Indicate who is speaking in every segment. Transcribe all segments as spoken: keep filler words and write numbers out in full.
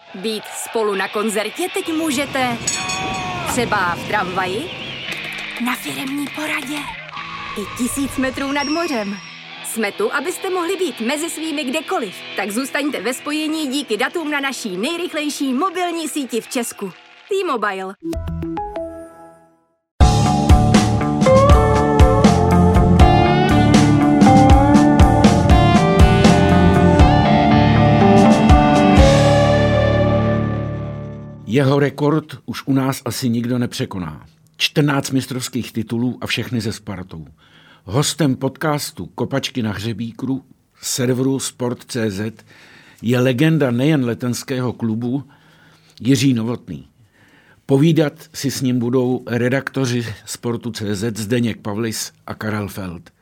Speaker 1: Být spolu na koncertě teď můžete třeba v tramvaji, na firemní poradě i tisíc metrů nad mořem. Jsme tu, abyste mohli být mezi svými kdekoliv. Tak zůstaňte ve spojení díky datům na naší nejrychlejší mobilní síti v Česku. T-Mobile.
Speaker 2: Jeho rekord už u nás asi nikdo nepřekoná. čtrnáct mistrovských titulů a všechny ze Spartou. Hostem podcastu Kopačky na hřebíku serveru Sport tečka cé zet je legenda nejen letenského klubu Jiří Novotný. Povídat si s ním budou redaktoři Sportu tečka cé zet Zdeněk Pavlis a Karel Feld.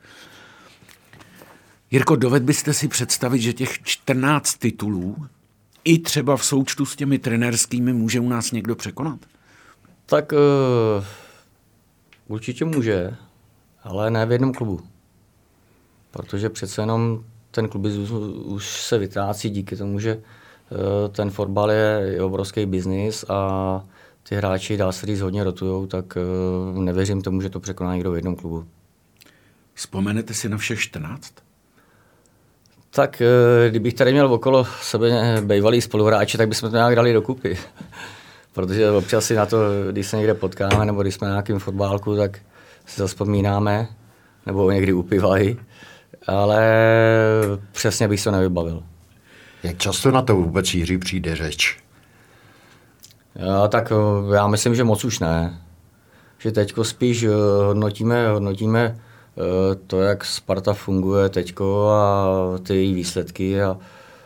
Speaker 2: Jirko, dovedl byste si představit, že těch čtrnáct titulů i třeba v součtu s těmi trenérskými může u nás někdo překonat?
Speaker 3: Tak uh, určitě může, ale ne v jednom klubu. Protože přece jenom ten klub už se vytrácí díky tomu, že uh, ten fotbal je, je obrovský biznis a ty hráči, dá se říct, hodně rotujou, tak uh, nevěřím tomu, že to překoná někdo v jednom klubu.
Speaker 2: Vzpomenete si na všech čtrnáct?
Speaker 3: Tak kdybych tady měl okolo sebe bývalý spoluhráče, tak bychom to nějak dali dokupy. Protože občas si na to, když se někde potkáme, nebo když jsme na nějakém fotbálku, tak si zavzpomínáme, nebo někdy upívají, ale přesně bych to nevybavil.
Speaker 4: Jak často na to vůbec, Jiří, přijde řeč?
Speaker 3: Já, tak já myslím, že moc už ne. Že teďko spíš hodnotíme, hodnotíme to, jak Sparta funguje teďko a ty její výsledky a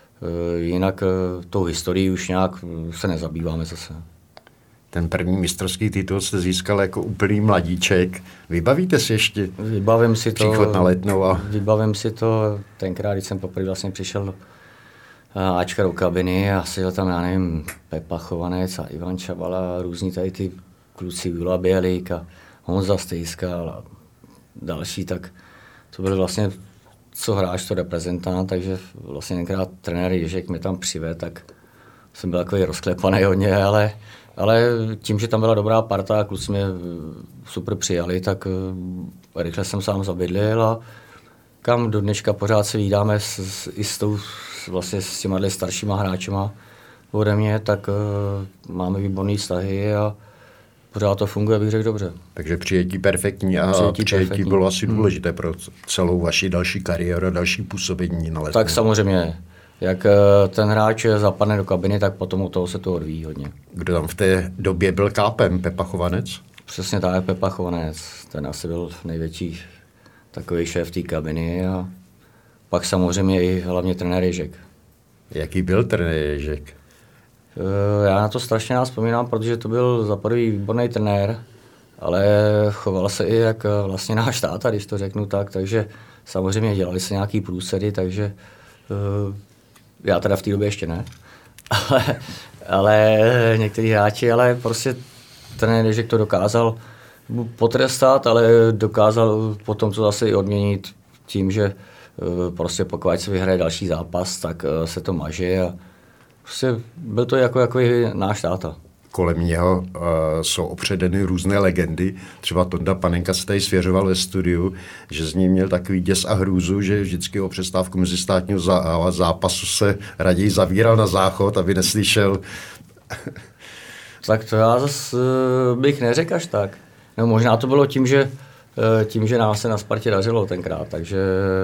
Speaker 3: jinak tou historií už nějak se nezabýváme zase.
Speaker 4: Ten první mistrovský titul jste získal jako úplný mladíček. Vybavíte si ještě
Speaker 3: Vybavím si to,
Speaker 4: příchod na Letnou? A...
Speaker 3: Vybavím si to tenkrát, když jsem poprvé vlastně přišel do Ačka do kabiny a seděl tam, já nevím, Pepa Chovanec a Ivan Čabala, různí tady ty kluci, Vila Bělík a Honza Stejskal a další, tak to byl vlastně, co hráč, to reprezentant, takže vlastně tenkrát trenér Ježek mě tam přivedl, tak jsem byl takový rozklepaný hodně, ale, ale tím, že tam byla dobrá parta a kluci mě super přijali, tak rychle jsem sám zabydlil a kam do dneška pořád se vídáme s, s, i s, tou, vlastně s těma staršíma hráčema ode mě, tak uh, máme výborný vztahy a pořád to funguje, bych řekl dobře.
Speaker 4: Takže přijetí perfektní a přijetí, přijetí perfektní. Bylo asi důležité hmm. pro celou vaši další kariéru a další působení na Letnou.
Speaker 3: Tak samozřejmě. Jak ten hráč zapadne do kabiny, tak potom u toho se to odvíjí hodně.
Speaker 4: Kdo tam v té době byl kápem? Pepa Chovanec?
Speaker 3: Přesně tak, Pepa Chovanec. Ten asi byl největší takový šéf té kabiny a pak samozřejmě i hlavně trenér Ježek.
Speaker 4: Jaký byl trenér Ježek?
Speaker 3: Já na to strašně nás vzpomínám, protože to byl za prvý výborný trenér, ale choval se i jak vlastně náš táta, když to řeknu tak, takže samozřejmě dělali se nějaký průsedy, takže uh, já teda v té době ještě ne, ale, ale někteří hráči, ale prostě trenér Ježek to dokázal potrestat, ale dokázal potom to zase i odměnit tím, že uh, prostě pokud se vyhraje další zápas, tak uh, se to maže a prostě byl to jako, jako náš táta.
Speaker 4: Kolem něho uh, jsou opředeny různé legendy. Třeba Tonda Panenka se tady svěřoval ve studiu, že z ní měl takový děs a hrůzu, že vždycky o přestávku mezistátního zá, zápasu se raději zavíral na záchod, aby neslyšel.
Speaker 3: Tak to já zase uh, bych neřekl až tak. No, možná to bylo tím, že, uh, tím, že nám se na Spartě dařilo tenkrát, takže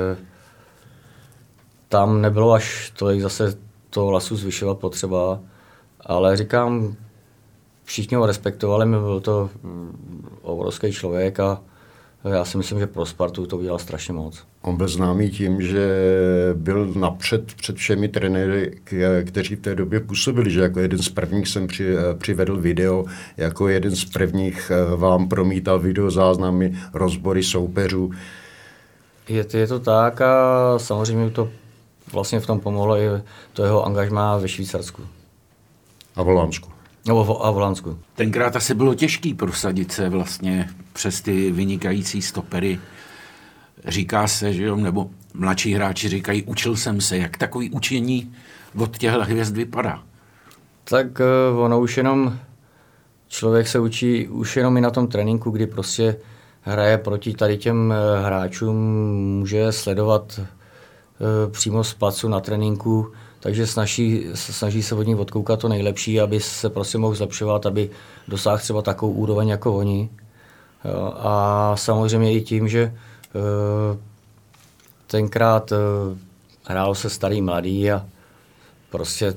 Speaker 3: tam nebylo až tolik zase toho hlasu zvyšovat potřeba, ale říkám, všichni ho respektovali, mi byl to obrovský člověk a já si myslím, že pro Spartu to udělal strašně moc.
Speaker 4: On byl známý tím, že byl napřed před všemi trenéry, kteří v té době působili, že jako jeden z prvních jsem při, přivedl video, jako jeden z prvních vám promítal videozáznamy, rozbory soupeřů.
Speaker 3: Je, je to tak a samozřejmě to vlastně v tom pomohlo i to jeho angažmá ve Švýcarsku.
Speaker 4: A v Holandsku.
Speaker 3: No, a v Holandsku.
Speaker 2: Tenkrát asi bylo těžký prosadit se vlastně přes ty vynikající stopery. Říká se, že jo, nebo mladší hráči říkají, učil jsem se, jak takový učení od těchto hvězd vypadá.
Speaker 3: Tak uh, ono už jenom, člověk se učí už jenom i na tom tréninku, kdy prostě hraje proti tady těm uh, hráčům, může sledovat uh, přímo z placu na tréninku, takže snaží, snaží se od nich odkoukat to nejlepší, aby se prostě mohl zlepšovat, aby dosáhl třeba takovou úroveň jako oni. Jo, a samozřejmě i tím, že uh, tenkrát uh, hrálo se starý mladý a prostě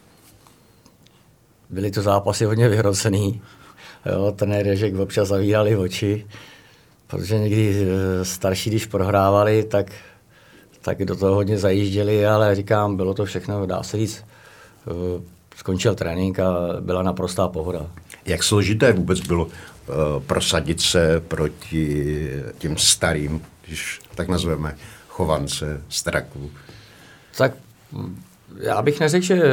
Speaker 3: byly to zápasy hodně vyhrocený. Jo, trenér Řek občas zavírali oči, protože někdy uh, starší, když prohrávali, tak, tak do toho hodně zajížděli, ale říkám, bylo to všechno, dá se říct, uh, skončil trénink a byla naprostá pohoda.
Speaker 4: Jak složité vůbec bylo uh, prosadit se proti těm starým, když tak nazveme, Chovance, Straků?
Speaker 3: Tak já bych neřekl, že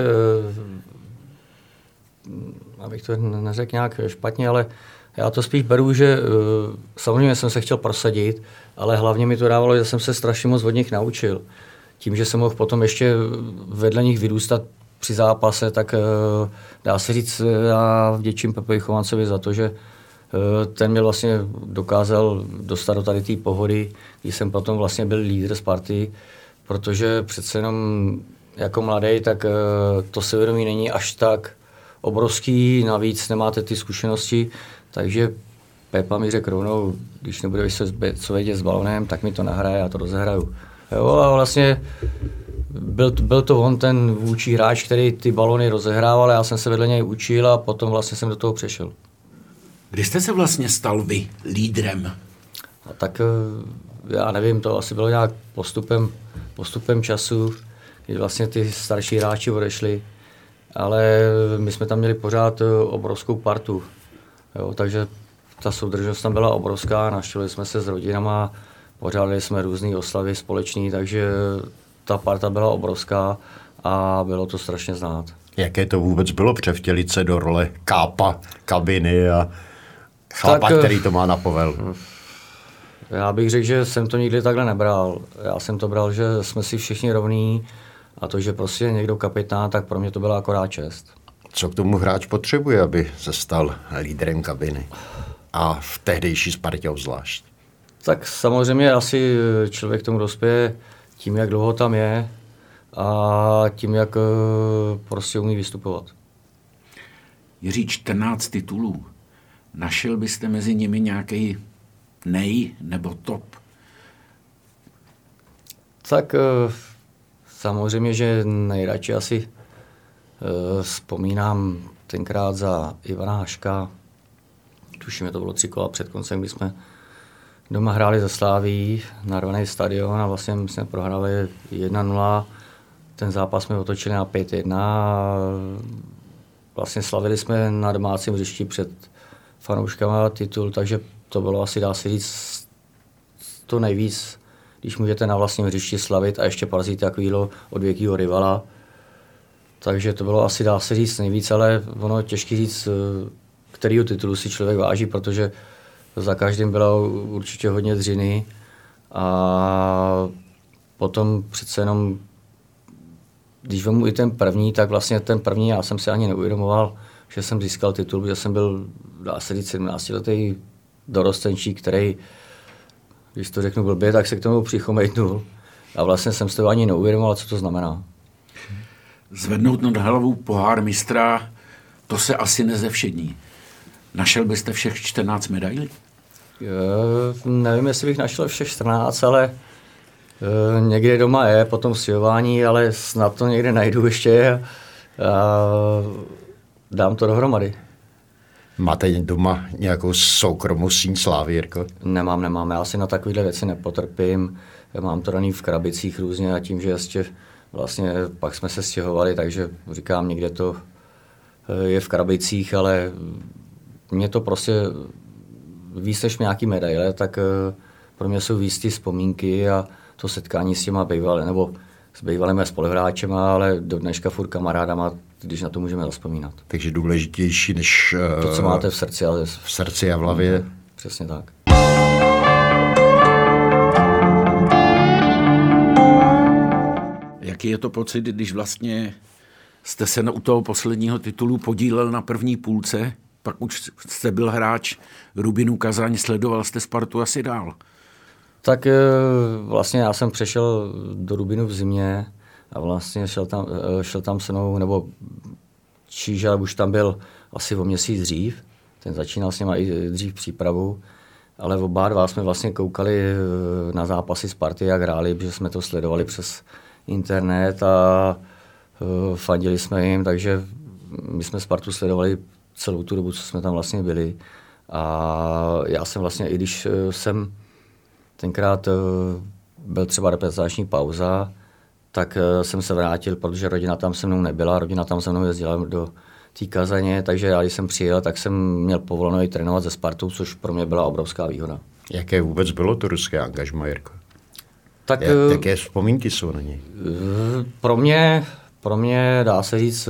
Speaker 3: abych to neřekl nějak špatně, ale já to spíš beru, že samozřejmě jsem se chtěl prosadit, ale hlavně mi to dávalo, že jsem se strašně moc od nich naučil. Tím, že jsem mohl potom ještě vedle nich vyrůstat při zápase, tak dá se říct, já vděčím Pepovi Chovancovi za to, že ten mě vlastně dokázal dostat do tady té pohody, když jsem potom vlastně byl lídr Sparty, protože přece jenom jako mladý, tak to sevědomí není až tak obrovský, navíc nemáte ty zkušenosti, takže Pepa mi řekl rovnou, když nebude co vědět s balonem, tak mi to nahraje, já to rozehraju. Jo, a vlastně byl, byl to on ten vůči hráč, který ty balony rozehrával, já jsem se vedle něj učil a potom vlastně jsem do toho přešel.
Speaker 2: Kdy jste se vlastně stal vy lídrem?
Speaker 3: A tak já nevím, to asi bylo nějak postupem, postupem času, kdy vlastně ty starší hráči odešli, ale my jsme tam měli pořád obrovskou partu, jo, takže ta soudržnost tam byla obrovská, navštívili jsme se s rodinama, pořádali jsme různé oslavy společné, takže ta parta byla obrovská a bylo to strašně znát.
Speaker 4: Jaké to vůbec bylo převtělit se do role kápa kabiny a chlapa, tak, který to má na povel?
Speaker 3: Já bych řekl, že jsem to nikdy takhle nebral. Já jsem to bral, že jsme si všichni rovní a to, že prostě je někdo kapitán, tak pro mě to byla akorát čest.
Speaker 4: Co k tomu hráč potřebuje, aby se stal lídrem kabiny? A v tehdejší Spartě obzvlášť.
Speaker 3: Tak samozřejmě asi člověk k tomu dospěje tím, jak dlouho tam je a tím, jak prostě umí vystupovat.
Speaker 2: Jiří, čtrnáct titulů. Našel byste mezi nimi nějaký nej nebo top?
Speaker 3: Tak samozřejmě, že nejradši asi vzpomínám tenkrát za Ivana Haška. Tuším, že to bylo tři kola před koncem, kdy jsme doma hráli za Sláví, narvaný stadion a vlastně jsme prohráli jedna nula. Ten zápas jsme otočili na pět jedna. Vlastně slavili jsme na domácím hřišti před fanouškama titul, takže to bylo asi, dá se říct, to nejvíc, když můžete na vlastním hřišti slavit a ještě porazit takovýho odvěkýho rivala. Takže to bylo asi, dá se říct, nejvíc, ale ono těžký říct, kterýho titulu si člověk váží, protože za každým bylo určitě hodně dřiny a potom přece jenom, když vemu i ten první, tak vlastně ten první já jsem si ani neuvědomoval, že jsem získal titul, protože jsem byl, dá se říct, sedmnáctiletý dorostenčík, který, když to řeknu blbě, tak se k tomu přichomejtnul a vlastně jsem si to ani neuvědomoval, co to znamená.
Speaker 2: Zvednout nad hlavou pohár mistra, to se asi nezevšední. Našel byste všech čtrnáct medailí?
Speaker 3: Je, nevím, jestli bych našel všech čtrnáct, ale e, někde doma je po tom stěhování, ale snad to někde najdu ještě a, a dám to dohromady.
Speaker 4: Máte doma nějakou soukromou síň slávy, Jirko?
Speaker 3: Nemám, nemám. Já si na takovéhle věci nepotrpím. Mám to daný v krabicích různě a tím, že ještě vlastně pak jsme se stěhovali, takže říkám, někde to je v krabicích, ale mě to prostě víc než nějaký medaile, tak pro mě jsou víc ty vzpomínky a to setkání s těma bývalými, nebo s bývalými spoluhráčema, ale do dneška furt kamarádama, když na to můžeme zavzpomínat.
Speaker 4: Takže důležitější než
Speaker 3: to, co máte v srdci a
Speaker 4: v srdci a v hlavě.
Speaker 3: Přesně tak.
Speaker 2: Jaký je to pocit, když vlastně jste se u toho posledního titulu podílel na první půlce, pak už jste byl hráč Rubinu Kazaň, sledoval jste Spartu asi dál.
Speaker 3: Tak vlastně já jsem přešel do Rubinu v zimě a vlastně šel tam, šel tam se mnou, nebo Číža už tam byl asi o měsíc dřív, ten začínal s něma i dřív přípravu, ale oba dva jsme vlastně koukali na zápasy Sparty, jak hráli, protože jsme to sledovali přes internet a fandili jsme jim, takže my jsme Spartu sledovali celou tu dobu, co jsme tam vlastně byli. A já jsem vlastně, i když jsem tenkrát byl třeba reprezentační pauza, tak jsem se vrátil, protože rodina tam se mnou nebyla, rodina tam se mnou jezdila do té Kazaně, takže já, když jsem přijel, tak jsem měl povoleno i trénovat ze Spartou, což pro mě byla obrovská výhoda.
Speaker 4: Jaké vůbec bylo to ruské angažmá, Jirko?
Speaker 3: Tak,
Speaker 4: Jak, jaké vzpomínky jsou na něj?
Speaker 3: Pro mě, pro mě dá se říct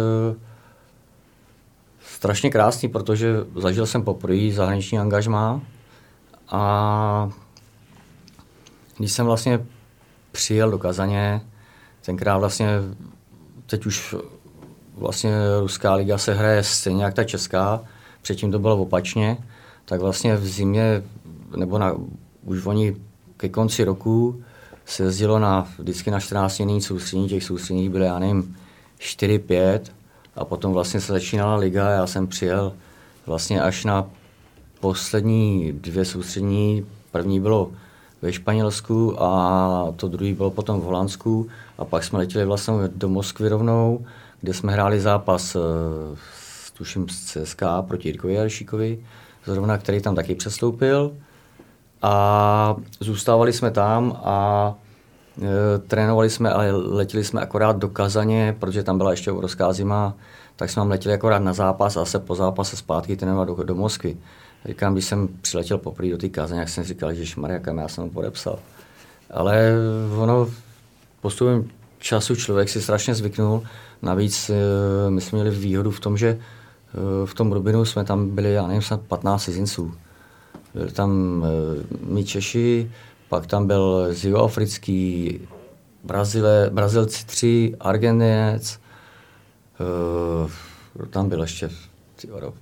Speaker 3: strašně krásný, protože zažil jsem poprvé zahraniční angažmá a když jsem vlastně přijel do Kazaně, tenkrát vlastně, teď už vlastně ruská liga se hraje stejně jak ta česká, předtím to bylo opačně, tak vlastně v zimě, nebo na, už oni ke konci roku se jezdilo na, vždycky na čtrnáctidenní soustředění, těch soustředění byly, já nevím, čtyři pět a potom vlastně se začínala liga, já jsem přijel vlastně až na poslední dvě soustředění, první bylo ve Španělsku a to druhý bylo potom v Holandsku a pak jsme letěli vlastně do Moskvy rovnou, kde jsme hráli zápas s, tuším z C S K A proti Jirkovi Jaršíkovi, zrovna který tam taky přestoupil a zůstávali jsme tam a e, trénovali jsme, ale letěli jsme akorát do Kazaně, protože tam byla ještě obrovská zima, tak jsme tam letěli akorát na zápas a se po zápase zpátky trénovat do, do Moskvy. Říkám, když jsem přiletěl poprvé do té Kazaně, jak jsem říkal, že Maria, kam já jsem ho podepsal. Ale ono postupem času člověk si strašně zvyknul. Navíc my jsme měli výhodu v tom, že v tom Rubinu jsme tam byli, já nevím, snad patnáct cizinců. Byli tam my Češi, pak tam byl z jihoafrický, Brazile, Brazilci tři, Argentinec, tam byl ještě, tyjo,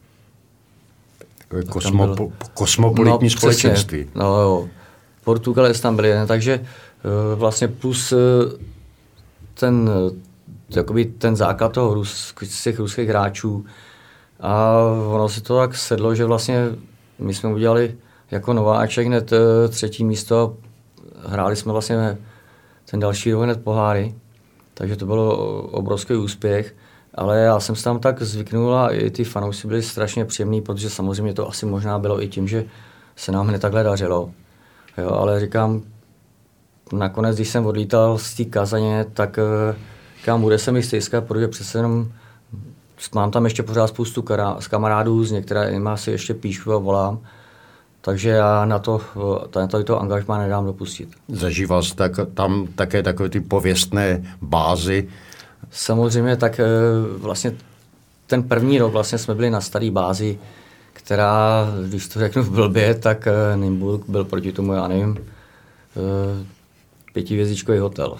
Speaker 4: Kosmopo, byl, kosmopolitní no, společenství.
Speaker 3: Přesně, no jo, Portugalec tam byli, ne, takže uh, vlastně plus uh, ten, jakoby ten základ toho Rus, těch ruských hráčů a ono si to tak sedlo, že vlastně my jsme udělali jako nováček hned uh, třetí místo, hráli jsme vlastně ten další rok hned poháry, takže to bylo obrovský úspěch. Ale já jsem se tam tak zvyknul a i ty fanoušci byli strašně příjemní, protože samozřejmě to asi možná bylo i tím, že se nám hned takhle dařilo. Jo, ale říkám, nakonec, když jsem odlítal z té Kazaně, tak kam bude se mi stejskat, protože přece jenom mám tam ještě pořád spoustu z kamarádů, z některými si ještě píšu a volám, takže já na to, na to, to angažmá nedám dopustit.
Speaker 4: Zažíval jsi tak, tam také takové ty pověstné bázy?
Speaker 3: Samozřejmě, tak vlastně ten první rok vlastně jsme byli na staré bázi, která, když to řeknu v blbě, tak Nymburk byl proti tomu, já nevím, pětivězdičkový hotel.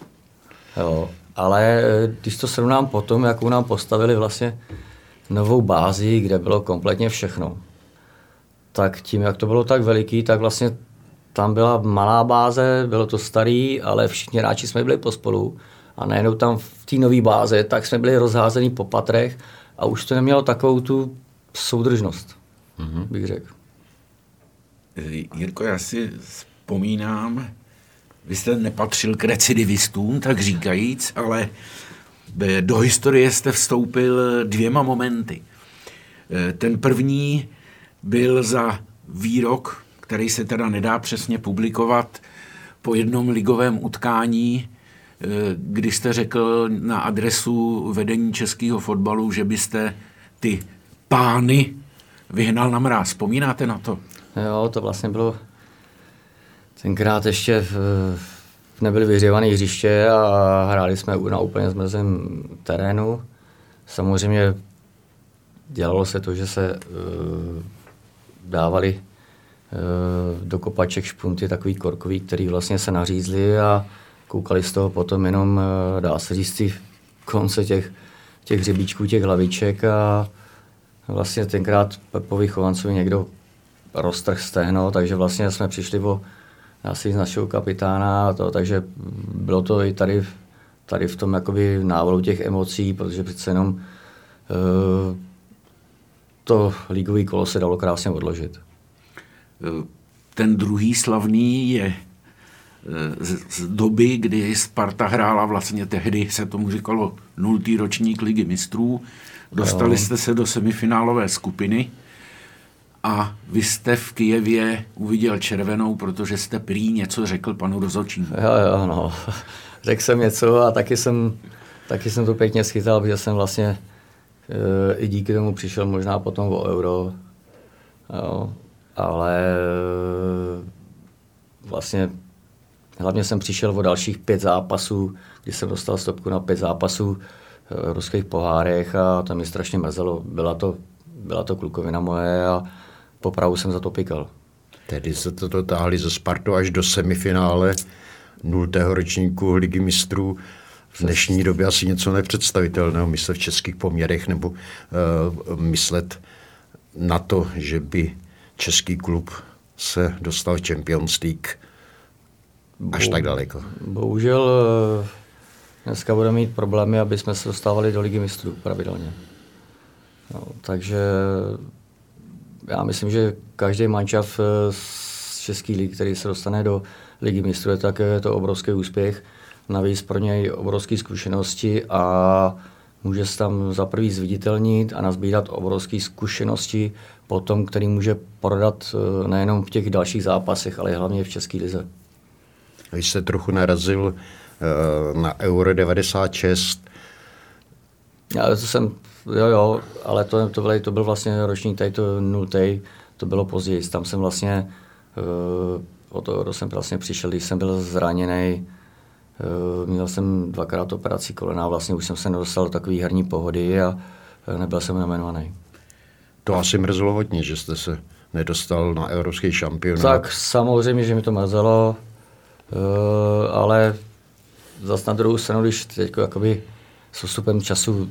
Speaker 3: Jo. Ale když to srovnám potom, jakou nám postavili vlastně novou bázi, kde bylo kompletně všechno, tak tím, jak to bylo tak veliký, tak vlastně tam byla malá báze, bylo to starý, ale všichni hráči jsme byli pospolu. A najednou tam v té nové báze, tak jsme byli rozházení po patrech a už to nemělo takovou tu soudržnost, mm-hmm. bych řekl.
Speaker 2: Jirko, já si vzpomínám, vy jste nepatřil k recidivistům, tak říkajíc, ale do historie jste vstoupil dvěma momenty. Ten první byl za výrok, který se teda nedá přesně publikovat, po jednom ligovém utkání, když jste řekl na adresu vedení českého fotbalu, že byste ty pány vyhnal na mráz. Vzpomínáte na to?
Speaker 3: Jo, to vlastně bylo tenkrát ještě v, nebyly vyhřívané hřiště a hráli jsme na úplně zmrzlém terénu. Samozřejmě dělalo se to, že se uh, dávali uh, do kopaček špunty takový korkový, který vlastně se nařízli a koukali z toho potom jenom, dá se říct, ty konce těch, těch hřebíčků, těch hlaviček a vlastně tenkrát Pepovi Chovancovi někdo roztrh stehno, takže vlastně jsme přišli o asi z našeho kapitána, to, takže bylo to i tady, tady v tom jakoby návalu těch emocí, protože přece jenom uh, to ligový kolo se dalo krásně odložit.
Speaker 2: Ten druhý slavný je z, z doby, kdy Sparta hrála vlastně tehdy, se tomu říkalo nultý ročník Ligy mistrů. Dostali jo. jste se do semifinálové skupiny a vy jste v Kyjevě uviděl červenou, protože jste prý něco řekl panu rozhodčímu.
Speaker 3: Jo, jo, no. Řekl jsem něco a taky jsem, taky jsem to pěkně schytal, protože jsem vlastně e, i díky tomu přišel možná potom o euro. Jo. Ale e, vlastně hlavně jsem přišel o dalších pět zápasů, kdy jsem dostal stopku na pět zápasů v ruských pohárech a to mi strašně mrzelo. Byla to, byla to klukovina moje a po Prahu jsem za to pikal.
Speaker 4: Tedy se to dotáhli ze Spartou až do semifinále nultého ročníku Ligy mistrů. V dnešní době asi něco nepředstavitelného myslet v českých poměrech nebo uh, myslet na to, že by český klub se dostal v Champions League až Bo, tak daleko.
Speaker 3: Bohužel dneska budeme mít problémy, aby jsme se dostávali do Ligy mistrů pravidelně. No, takže já myslím, že každý mančaft z české ligy, který se dostane do Ligy mistrů, tak je to obrovský úspěch. Navíc pro něj obrovské zkušenosti a může se tam za prvý zviditelnit a nazbírat obrovské zkušenosti potom, který může prodat nejenom v těch dalších zápasech, ale hlavně v české lize.
Speaker 4: Vy jste trochu narazil uh, na Euro devadesát šest.
Speaker 3: Já to jsem, jo jo, ale to, to, byl, to byl vlastně ročník tady to nultej, to bylo později. Tam jsem vlastně, uh, o to Euro jsem vlastně přišel, když jsem byl zraněný. Uh, měl jsem dvakrát operaci kolena, vlastně už jsem se nedostal do takové herní pohody a uh, nebyl jsem jmenovaný.
Speaker 4: To asi mrzelo hodně, že jste se nedostal na evropský šampionát.
Speaker 3: Tak samozřejmě, že mi to mrzelo, uh, ale zase na druhou stranu, když teď jakoby s postupem času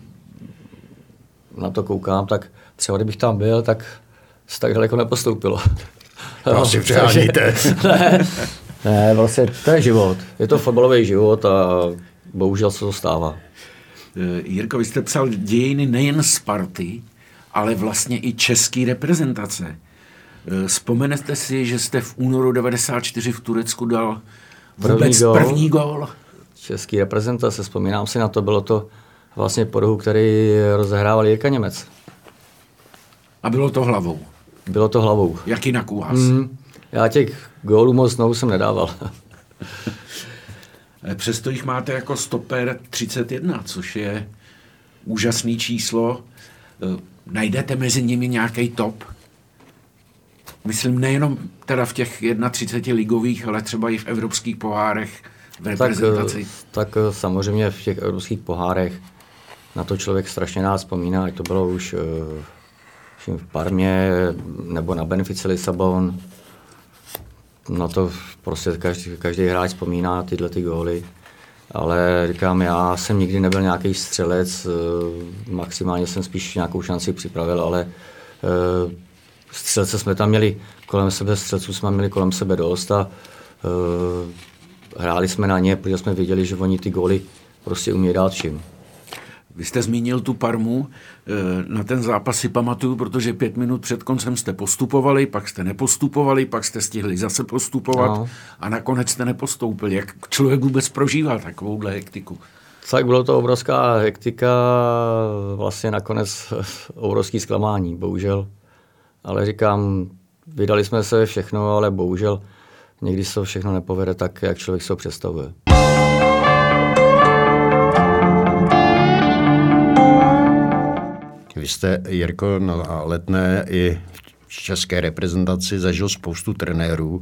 Speaker 3: na to koukám, tak třeba kdybych tam byl, tak se tak daleko nepostoupilo.
Speaker 4: To asi přeháníte.
Speaker 3: ne, ne, vlastně to je život. Je to fotbalový život a bohužel se to stává.
Speaker 2: Jirko, vy jste psal dějiny nejen Sparty, ale vlastně i české reprezentace. Vzpomenete si, že jste v únoru devadesát čtyři v Turecku dal vůbec první gól? První gól?
Speaker 3: Český reprezentace, vzpomínám si na to, bylo to vlastně po rohu, který rozehrával Jirka Němec.
Speaker 2: A bylo to hlavou?
Speaker 3: Bylo to hlavou.
Speaker 2: Jak jinak u vás?
Speaker 3: Mm, já těch gólů moc znovu jsem nedával.
Speaker 2: Přesto jich máte jako stoper třicet jedna, což je úžasný číslo. Najdete mezi nimi nějaký top? Myslím nejenom teda v těch třiceti jedna ligových, ale třeba i v evropských pohárech v reprezentaci.
Speaker 3: Tak, tak samozřejmě v těch evropských pohárech na to člověk strašně rád vzpomíná, ať to bylo už uh, v Parmě nebo na Benfice Lisabon. Na to prostě každý, každý hráč vzpomíná tyhle ty góly. Ale říkám, já jsem nikdy nebyl nějaký střelec, maximálně jsem spíš nějakou šanci připravil, ale střelce jsme tam měli kolem sebe, střelců jsme měli kolem sebe dost a hráli jsme na ně, protože jsme věděli, že oni ty góly prostě umí dát všim.
Speaker 2: Vy jste zmínil tu Parmu, na ten zápas si pamatuju, protože pět minut před koncem jste postupovali, pak jste nepostupovali, pak jste stihli zase postupovat no. A nakonec jste nepostoupili. Jak člověk vůbec prožíval takovouhle hektiku?
Speaker 3: Tak bylo to obrovská hektika, vlastně nakonec obrovský zklamání, bohužel. Ale říkám, vydali jsme se všechno, ale bohužel někdy se to všechno nepovede tak, jak člověk si to představuje.
Speaker 4: Vy jste, Jirko, na Letné i v české reprezentaci zažil spoustu trenérů,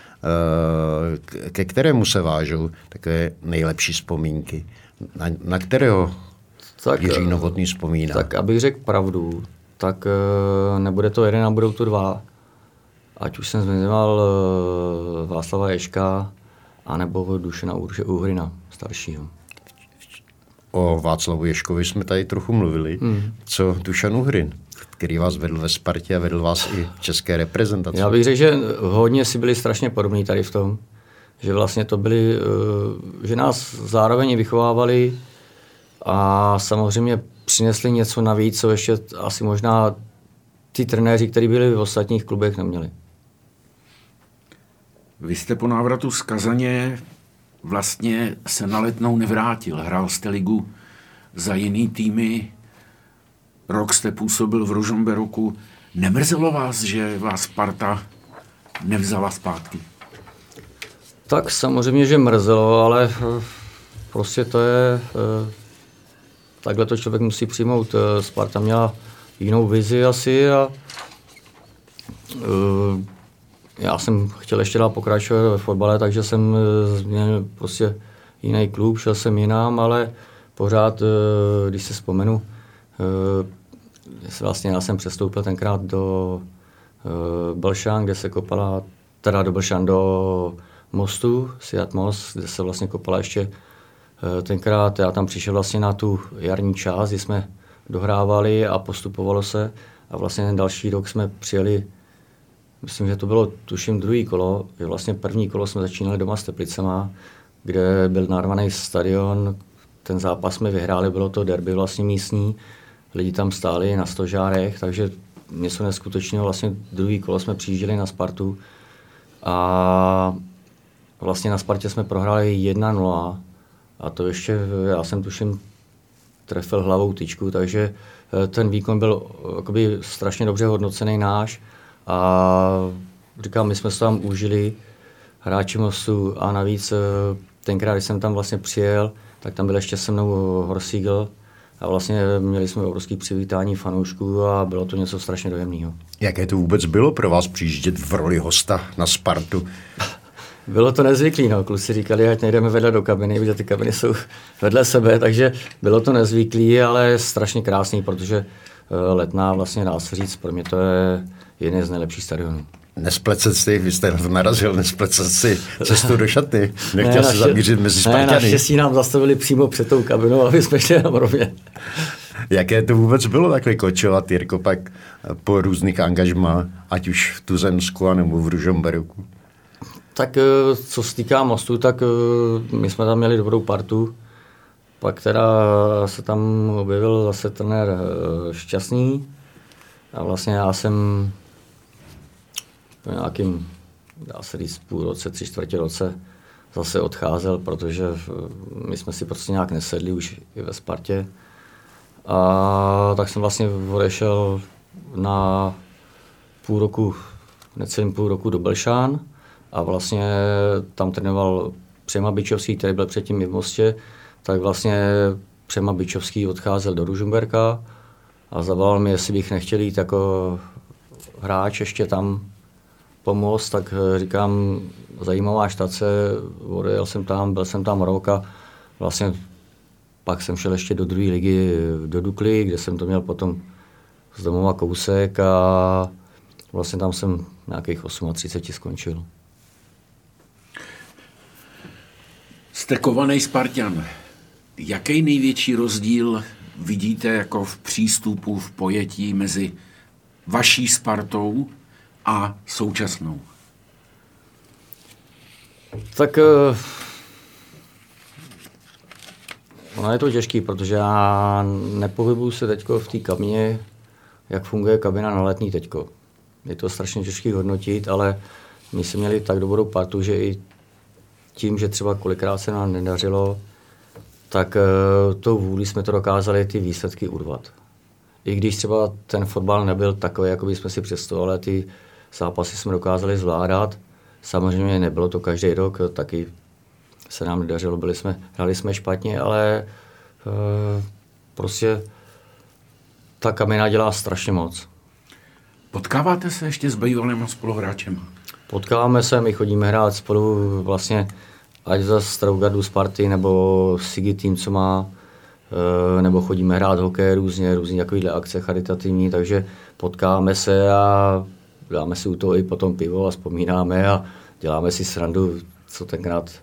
Speaker 4: ke kterému se vážou takové nejlepší vzpomínky. Na, na kterého tak, Jiří Novotný vzpomíná?
Speaker 3: Tak abych řekl pravdu, tak nebude to jeden a budou to dva. Ať už jsem zmiňoval Václava Ježka, anebo Dušana Uhrina, staršího.
Speaker 4: O Václavu Ježkovi jsme tady trochu mluvili. Hmm. Co Dušan Uhrin, který vás vedl ve Spartě a vedl vás i v české reprezentaci?
Speaker 3: Já bych řekl, že hodně si byli strašně podobní tady v tom, že vlastně to byli, že nás zároveň vychovávali a samozřejmě přinesli něco navíc, co ještě asi možná ty trenéři, kteří byli v ostatních klubech, neměli.
Speaker 2: Vy jste po návratu z Kazaně vlastně se na Letnou nevrátil. Hrál jste ligu za jiný týmy, rok jste působil v Ružomberoku. Nemrzelo vás, že vás Sparta nevzala zpátky?
Speaker 3: Tak samozřejmě, že mrzelo, ale prostě to je... Takhle to člověk musí přijmout. Sparta měla jinou vizi asi a já jsem chtěl ještě dál pokračovat ve fotbale, takže jsem změnil prostě jiný klub, šel jsem jinam, ale pořád, když se vzpomenu, vlastně já jsem přestoupil tenkrát do Belšan, kde se kopala, teda do Belšan, do Mostu, Siat Most, kde se vlastně kopala ještě tenkrát, já tam přišel vlastně na tu jarní část, kdy jsme dohrávali a postupovalo se a vlastně ten další rok jsme přijeli, myslím, že to bylo tuším druhý kolo, že vlastně první kolo jsme začínali doma s Teplicema, kde byl narvaný stadion, ten zápas jsme vyhráli, bylo to derby vlastně místní, lidi tam stáli na stožárech, takže něco neskutečného, vlastně druhý kolo jsme přijížděli na Spartu a vlastně na Spartě jsme prohráli jedna nula a to ještě, já jsem tuším trefil hlavou tyčku, takže ten výkon byl jakoby strašně dobře hodnocený náš a říkám, my jsme se tam užili, hráči Mostu a navíc tenkrát, když jsem tam vlastně přijel, tak tam byl ještě se mnou Horsígl a vlastně měli jsme obrovský přivítání fanoušků a bylo to něco strašně dojemného.
Speaker 4: Jaké to vůbec bylo pro vás přijíždět v roli hosta na Spartu?
Speaker 3: Bylo to nezvyklý, no. Kluci říkali, ať nejdeme vedle do kabiny, protože ty kabiny jsou vedle sebe, takže bylo to nezvyklý, ale strašně krásný, protože Letná vlastně dá se říct, pro mě to je jeden z nejlepších stadionů.
Speaker 4: Nesplecet si, vy jste na to narazil, nesplecet si cestu do šatny, nechtěl ne, se zamířit mezi Sparťany.
Speaker 3: Ne, naštěstí nám zastavili přímo před tou kabinou, aby jsme šli na rovně.
Speaker 4: Jaké to vůbec bylo takhle kočovat, Jirko, pak po různých angažmá, ať už v Tuzemsku, nebo v Ružomberoku?
Speaker 3: Tak co se týká Mostu, tak my jsme tam měli dobrou partu. Pak teda se tam objevil zase trenér Šťastný a vlastně já jsem po nějakým, dá se říct, půl roce, tři čtvrtě roce zase odcházel, protože my jsme si prostě nějak nesedli už i ve Spartě. A tak jsem vlastně odešel na půl roku, necelým půl roku do Belšán a vlastně tam trénoval Přema Byčovský, který byl předtím i v Mostě, tak vlastně Přema Byčovský odcházel do Ružomberka a zavolal mi, jestli bych nechtěl jít jako hráč ještě tam pomoct, tak říkám, zajímavá štace, odjel jsem tam, byl jsem tam rok a vlastně pak jsem šel ještě do druhé ligy do Dukly, kde jsem to měl potom z domova kousek a vlastně tam jsem nějakých třicet osm skončil.
Speaker 2: Jste kovaný Spartan. Jaký největší rozdíl vidíte jako v přístupu, v pojetí mezi vaší Spartou a současnou?
Speaker 3: Tak ono je to těžký, protože já nepohybuju se teďko v té kabině, jak funguje kabina na Letní teďko. Je to strašně těžký hodnotit, ale my jsme měli tak dobrou partu, že i tím, že třeba kolikrát se nám nedařilo, tak tou vůli jsme to dokázali ty výsledky urvat. I když třeba ten fotbal nebyl takový, jako by jsme si představovali, ty zápasy jsme dokázali zvládat. Samozřejmě nebylo to každý rok, taky se nám nedařilo, byli jsme, hrali jsme špatně, ale e, prostě ta kabina dělá strašně moc.
Speaker 2: Potkáváte se ještě s bývalým spoluhráčem?
Speaker 3: Potkáváme se, my chodíme hrát spolu vlastně ať za starou gardu Sparty, nebo Sigi tým, co má, e, nebo chodíme hrát hokej různě, různě takovýhle akce charitativní, takže potkáváme se a dáme si u toho i potom pivo a vzpomínáme a děláme si srandu, co tenkrát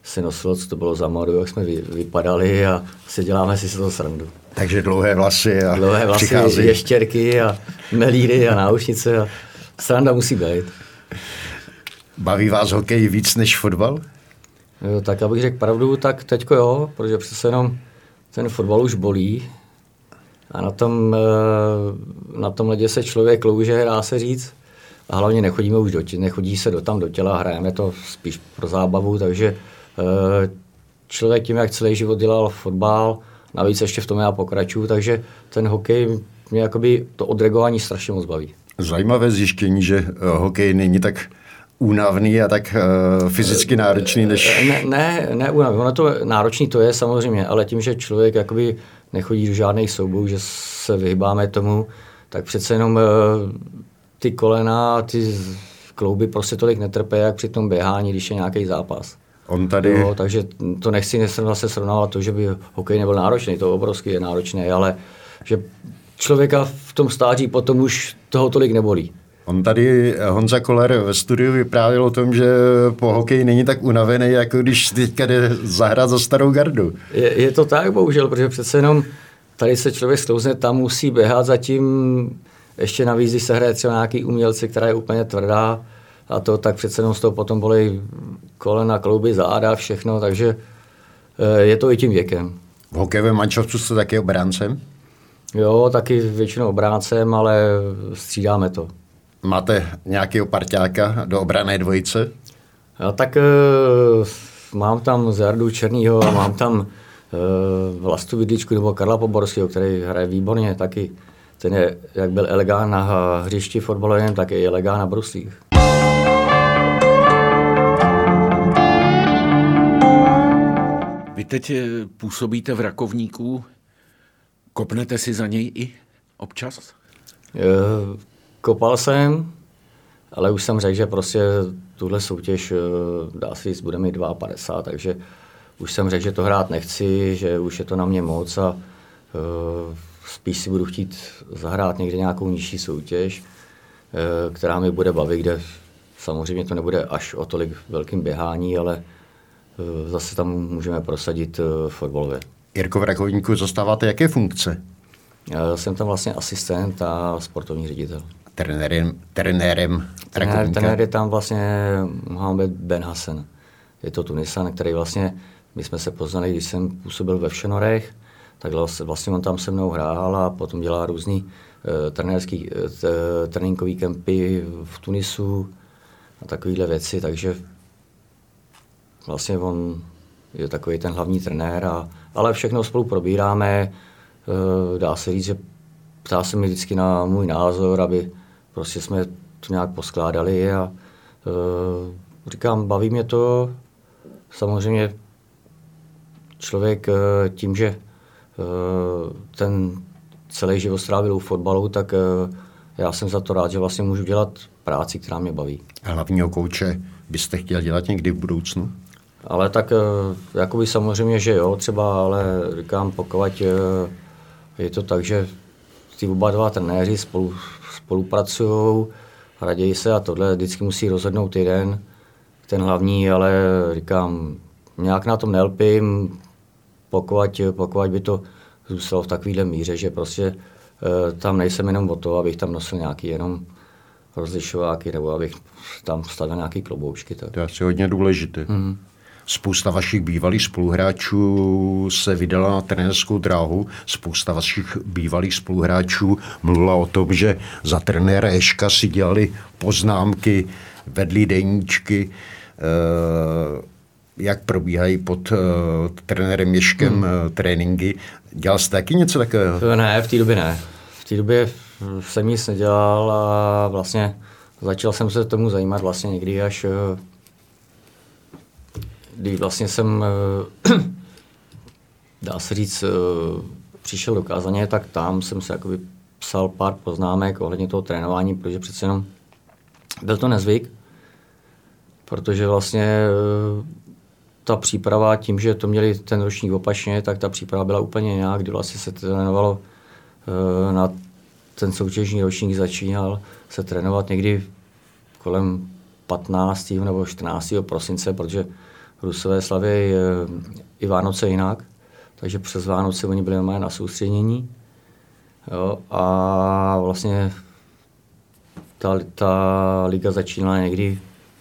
Speaker 3: si nosilo, co to bylo za modu, jak jsme vy, vypadali a si děláme si z toho srandu.
Speaker 4: Takže dlouhé vlasy a
Speaker 3: dlouhé vlasy,
Speaker 4: přichází.
Speaker 3: ještěrky a melíry a náušnice a sranda musí být.
Speaker 4: Baví vás hokej víc než fotbal?
Speaker 3: Jo, tak abych řekl pravdu, tak teďko jo, protože přece jenom ten fotbal už bolí a na tom, na tom ledě se člověk louže, dá se říct, a hlavně nechodíme už do těla, nechodí se do tam do těla, hrajeme to spíš pro zábavu, takže člověk tím, jak celý život dělal fotbal, navíc ještě v tom já pokračuju, takže ten hokej mě jakoby to odreagování strašně moc baví.
Speaker 4: Zajímavé zjištění, že hokej není tak únavný a tak uh, fyzicky náročný, než...
Speaker 3: Ne, ne, ne únavný. Ono to náročný to je samozřejmě, ale tím, že člověk jakoby nechodí do žádných soubojů, že se vyhýbáme tomu, tak přece jenom uh, ty kolena, ty klouby prostě tolik netrpí, jak při tom běhání, když je nějaký zápas.
Speaker 4: On tady...
Speaker 3: Jo, takže to nechci zase srovnávat to, že by hokej nebyl náročný, to obrovský je náročný, ale že člověka v tom stáří potom už toho tolik nebolí.
Speaker 4: On tady, Honza Koller ve studiu vyprávěl o tom, že po hokeji není tak unavený, jako když teďka jde zahrát za starou gardu.
Speaker 3: Je, je to tak, bohužel, protože přece jenom tady se člověk sklouzne, tam musí běhat, zatím ještě navíc, když se hraje třeba nějaký umělci, která je úplně tvrdá a to, tak přece jenom z toho potom bolí kolena, klouby, záda, všechno, takže je to i tím věkem.
Speaker 4: V hokejovém manšaftu jste taky obráncem?
Speaker 3: Jo, taky většinou obráncem, ale střídáme to.
Speaker 4: Máte nějakého parťáka do obranné dvojice?
Speaker 3: Já tak e, mám tam Zardu Černýho, mám tam e, Vlastu Vidličku nebo Karla Poborského, který hraje výborně taky. Ten je, jak byl elegán na hřišti fotbalovém, tak je elegán na bruslích.
Speaker 2: Vy teď působíte v Rakovníku, kopnete si za něj i občas?
Speaker 3: E, Kopal jsem, ale už jsem řekl, že prostě tuhle soutěž, dá se říct, bude mít padesát dva, takže už jsem řekl, že to hrát nechci, že už je to na mě moc a uh, spíš si budu chtít zahrát někde nějakou nižší soutěž, uh, která mi bude bavit, kde samozřejmě to nebude až o tolik velkým běhání, ale uh, zase tam můžeme prosadit uh, fotbalově.
Speaker 4: Jirko, v Rakovníku zastáváte jaké funkce?
Speaker 3: Já jsem tam vlastně asistent a sportovní ředitel.
Speaker 4: Trenérem, trenérem
Speaker 3: Trenér, trenér je tam vlastně Mohamed Ben Hassan. Je to Tunisan, který vlastně, my jsme se poznali, když jsem působil ve Všenorech, tak vlastně on tam se mnou hrál a potom dělá různý uh, trenérský, uh, tréninkový kempy v Tunisu a takovéhle věci, takže vlastně on je takový ten hlavní trenér, a, ale všechno spolu probíráme, uh, dá se říct, že ptá se mi vždycky na můj názor, aby prostě jsme to nějak poskládali a uh, říkám, baví mě to. Samozřejmě člověk uh, tím, že uh, ten celý život strávil u fotbalu, tak uh, já jsem za to rád, že vlastně můžu dělat práci, která mě baví.
Speaker 4: A hlavního kouče byste chtěl dělat někdy v budoucnu?
Speaker 3: Ale tak uh, jakoby samozřejmě, že jo, třeba, ale říkám, pokud uh, je to tak, že ty oba dva trenéři spolu, spolupracují, raději se a tohle vždycky musí rozhodnout jeden, ten hlavní, ale říkám, nějak na tom nelpím, pokud, pokud by to zůstalo v takovéhle míře, že prostě e, tam nejsem jenom o to, abych tam nosil nějaký jenom rozlišováky, nebo abych tam stavil nějaký kloboučky. Tak.
Speaker 4: To je asi hodně důležité. Mm. Spousta vašich bývalých spoluhráčů se vydala na trenérskou dráhu. Spousta vašich bývalých spoluhráčů mluvila o tom, že za trenéra Ježka si dělali poznámky, vedli deníčky, jak probíhají pod trenérem Ježkem hmm. tréninky. Dělal jste taky něco takového?
Speaker 3: Ne, v té době ne. V té době jsem nic nedělal a vlastně začal jsem se tomu zajímat vlastně někdy až když vlastně jsem, dá se říct, přišel do Kázaně, tak tam jsem se jakoby psal pár poznámek ohledně toho trénování, protože přece jenom byl to nezvyk, protože vlastně ta příprava tím, že to měli ten ročník opačně, tak ta příprava byla úplně nějak, kdy vlastně se trénovalo na ten soutěžní ročník začínal se trénovat někdy kolem patnáctého nebo čtrnáctého prosince, protože Rusové slaví i Vánoce jinak, takže přes Vánoce oni byli normálně na soustředění. Jo, a vlastně ta, ta liga začínala někdy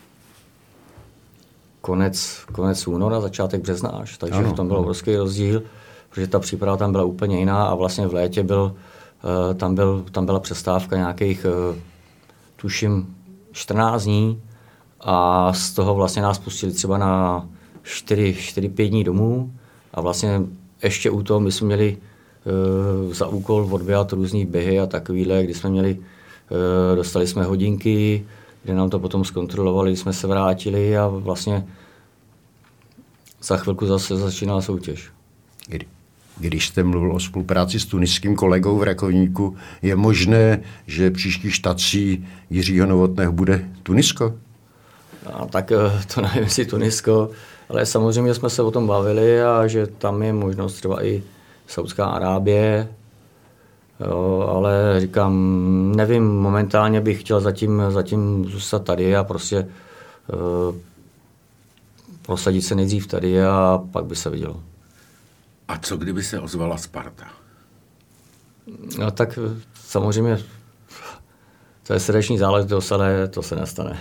Speaker 3: konec, konec února, začátek března až, takže ano, v tom byl obrovský rozdíl, protože ta příprava tam byla úplně jiná a vlastně v létě byl, tam, byl, tam byla přestávka nějakých, tuším, čtrnáct dní a z toho vlastně nás pustili třeba na čtyři pět dní domů a vlastně ještě u toho my jsme měli uh, za úkol odběhat různý běhy a takovýhle, kdy jsme měli, uh, dostali jsme hodinky, kde nám to potom zkontrolovali, jsme se vrátili a vlastně za chvilku zase začínala soutěž.
Speaker 4: Kdy, když jste mluvil o spolupráci s tuniským kolegou v Rakovníku, je možné, že příští štací Jiřího Novotného bude Tunisko?
Speaker 3: No, tak to nevím, jestli Tunisko, ale samozřejmě jsme se o tom bavili a že tam je možnost třeba i Saudská Arábie, jo, ale říkám, nevím, momentálně bych chtěl zatím, zatím zůstat tady a prostě uh, prosadit se nejdřív tady a pak by se vidělo.
Speaker 2: A co kdyby se ozvala Sparta?
Speaker 3: No tak samozřejmě to je srdeční záležitost, ale to se nestane.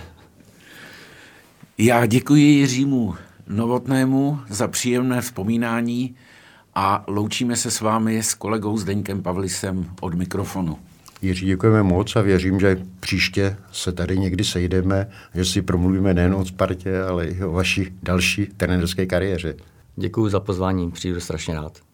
Speaker 2: Já děkuji Jiřímu Novotnému za příjemné vzpomínání a loučíme se s vámi s kolegou Zdeňkem Pavlisem od mikrofonu.
Speaker 4: Jiří, děkujeme moc a věřím, že příště se tady někdy sejdeme, že si promluvíme nejen o Spartě, ale i o vaší další trenérské kariéře.
Speaker 3: Děkuji za pozvání, přijdu strašně rád.